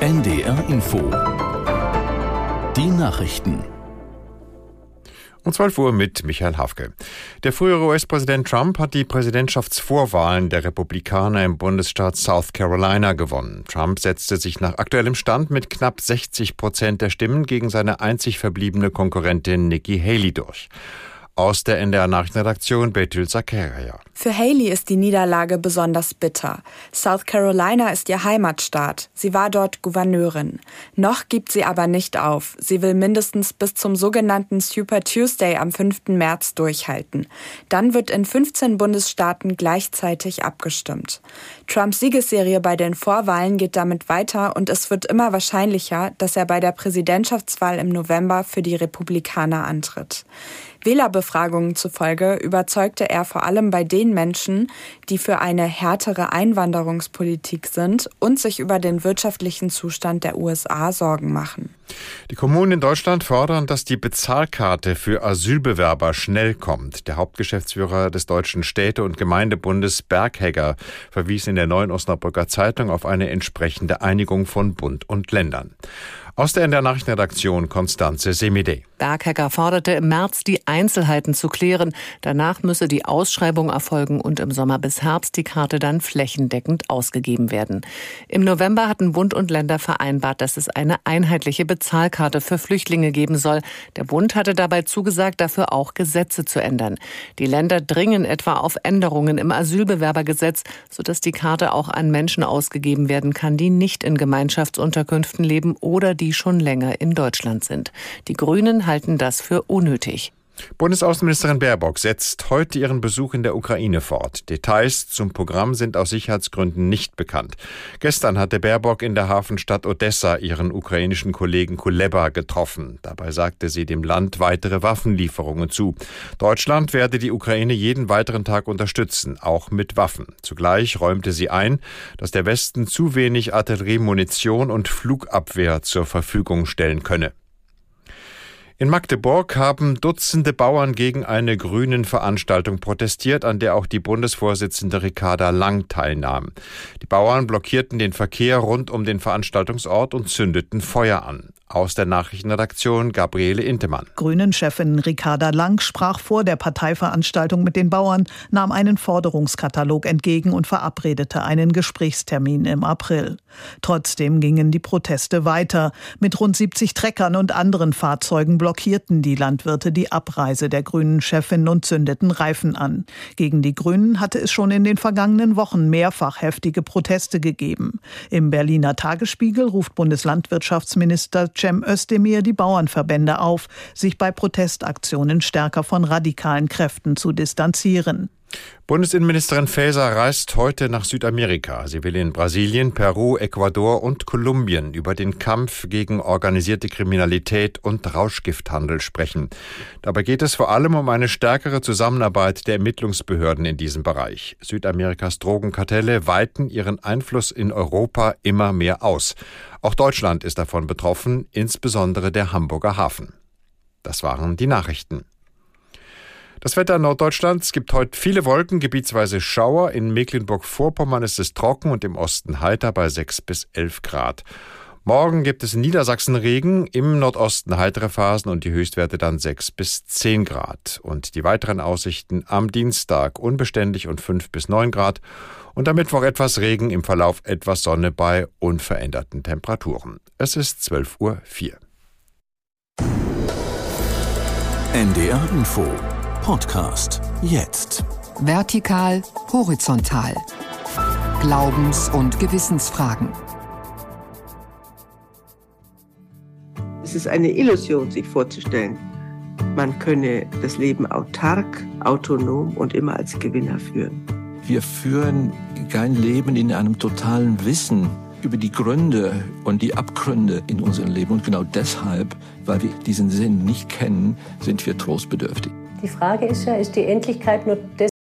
NDR Info. Die Nachrichten. Um 12 Uhr mit Michael Hafke. Der frühere US-Präsident Trump hat die Präsidentschaftsvorwahlen der Republikaner im Bundesstaat South Carolina gewonnen. Trump setzte sich nach aktuellem Stand mit knapp 60% der Stimmen gegen seine einzig verbliebene Konkurrentin Nikki Haley durch. Aus der NDR-Nachrichtenredaktion Betül Zakaria. Für Haley ist die Niederlage besonders bitter. South Carolina ist ihr Heimatstaat. Sie war dort Gouverneurin. Noch gibt sie aber nicht auf. Sie will mindestens bis zum sogenannten Super Tuesday am 5. März durchhalten. Dann wird in 15 Bundesstaaten gleichzeitig abgestimmt. Trumps Siegesserie bei den Vorwahlen geht damit weiter und es wird immer wahrscheinlicher, dass er bei der Präsidentschaftswahl im November für die Republikaner antritt. Wählerbefragungen zufolge überzeugte er vor allem bei den Menschen, die für eine härtere Einwanderungspolitik sind und sich über den wirtschaftlichen Zustand der USA Sorgen machen. Die Kommunen in Deutschland fordern, dass die Bezahlkarte für Asylbewerber schnell kommt. Der Hauptgeschäftsführer des Deutschen Städte- und Gemeindebundes Berghegger verwies in der Neuen Osnabrücker Zeitung auf eine entsprechende Einigung von Bund und Ländern. Aus der NDR-Nachrichtenredaktion Constanze Semidey. Berghegger forderte im März, die Einzelheiten zu klären. Danach müsse die Ausschreibung erfolgen und im Sommer bis Herbst die Karte dann flächendeckend ausgegeben werden. Im November hatten Bund und Länder vereinbart, dass es eine einheitliche Bezahlkarte für Flüchtlinge geben soll. Der Bund hatte dabei zugesagt, dafür auch Gesetze zu ändern. Die Länder dringen etwa auf Änderungen im Asylbewerbergesetz, sodass die Karte auch an Menschen ausgegeben werden kann, die nicht in Gemeinschaftsunterkünften leben oder die schon länger in Deutschland sind. Die Grünen halten das für unnötig. Bundesaußenministerin Baerbock setzt heute ihren Besuch in der Ukraine fort. Details zum Programm sind aus Sicherheitsgründen nicht bekannt. Gestern hatte Baerbock in der Hafenstadt Odessa ihren ukrainischen Kollegen Kuleba getroffen. Dabei sagte sie dem Land weitere Waffenlieferungen zu. Deutschland werde die Ukraine jeden weiteren Tag unterstützen, auch mit Waffen. Zugleich räumte sie ein, dass der Westen zu wenig Artilleriemunition und Flugabwehr zur Verfügung stellen könne. In Magdeburg haben Dutzende Bauern gegen eine Grünen-Veranstaltung protestiert, an der auch die Bundesvorsitzende Ricarda Lang teilnahm. Die Bauern blockierten den Verkehr rund um den Veranstaltungsort und zündeten Feuer an. Aus der Nachrichtenredaktion Gabriele Intemann. Grünen-Chefin Ricarda Lang sprach vor der Parteiveranstaltung mit den Bauern, nahm einen Forderungskatalog entgegen und verabredete einen Gesprächstermin im April. Trotzdem gingen die Proteste weiter. Mit rund 70 Treckern und anderen Fahrzeugen blockierten die Landwirte die Abreise der Grünen-Chefin und zündeten Reifen an. Gegen die Grünen hatte es schon in den vergangenen Wochen mehrfach heftige Proteste gegeben. Im Berliner Tagesspiegel ruft Bundeslandwirtschaftsminister Cem Özdemir die Bauernverbände auf, sich bei Protestaktionen stärker von radikalen Kräften zu distanzieren. Bundesinnenministerin Faeser reist heute nach Südamerika. Sie will in Brasilien, Peru, Ecuador und Kolumbien über den Kampf gegen organisierte Kriminalität und Rauschgifthandel sprechen. Dabei geht es vor allem um eine stärkere Zusammenarbeit der Ermittlungsbehörden in diesem Bereich. Südamerikas Drogenkartelle weiten ihren Einfluss in Europa immer mehr aus. Auch Deutschland ist davon betroffen, insbesondere der Hamburger Hafen. Das waren die Nachrichten. Das Wetter in Norddeutschland: Es gibt heute viele Wolken, gebietsweise Schauer. In Mecklenburg-Vorpommern ist es trocken und im Osten heiter bei 6 bis 11 Grad. Morgen gibt es in Niedersachsen Regen, im Nordosten heitere Phasen und die Höchstwerte dann 6 bis 10 Grad. Und die weiteren Aussichten: am Dienstag unbeständig und 5 bis 9 Grad. Und am Mittwoch etwas Regen, im Verlauf etwas Sonne bei unveränderten Temperaturen. Es ist 12:04 Uhr. NDR Info Podcast jetzt. Vertikal, horizontal. Glaubens- und Gewissensfragen. Es ist eine Illusion, sich vorzustellen, man könne das Leben autark, autonom und immer als Gewinner führen. Wir führen kein Leben in einem totalen Wissen über die Gründe und die Abgründe in unserem Leben. Und genau deshalb, weil wir diesen Sinn nicht kennen, sind wir trostbedürftig. Die Frage ist ja, ist die Endlichkeit nur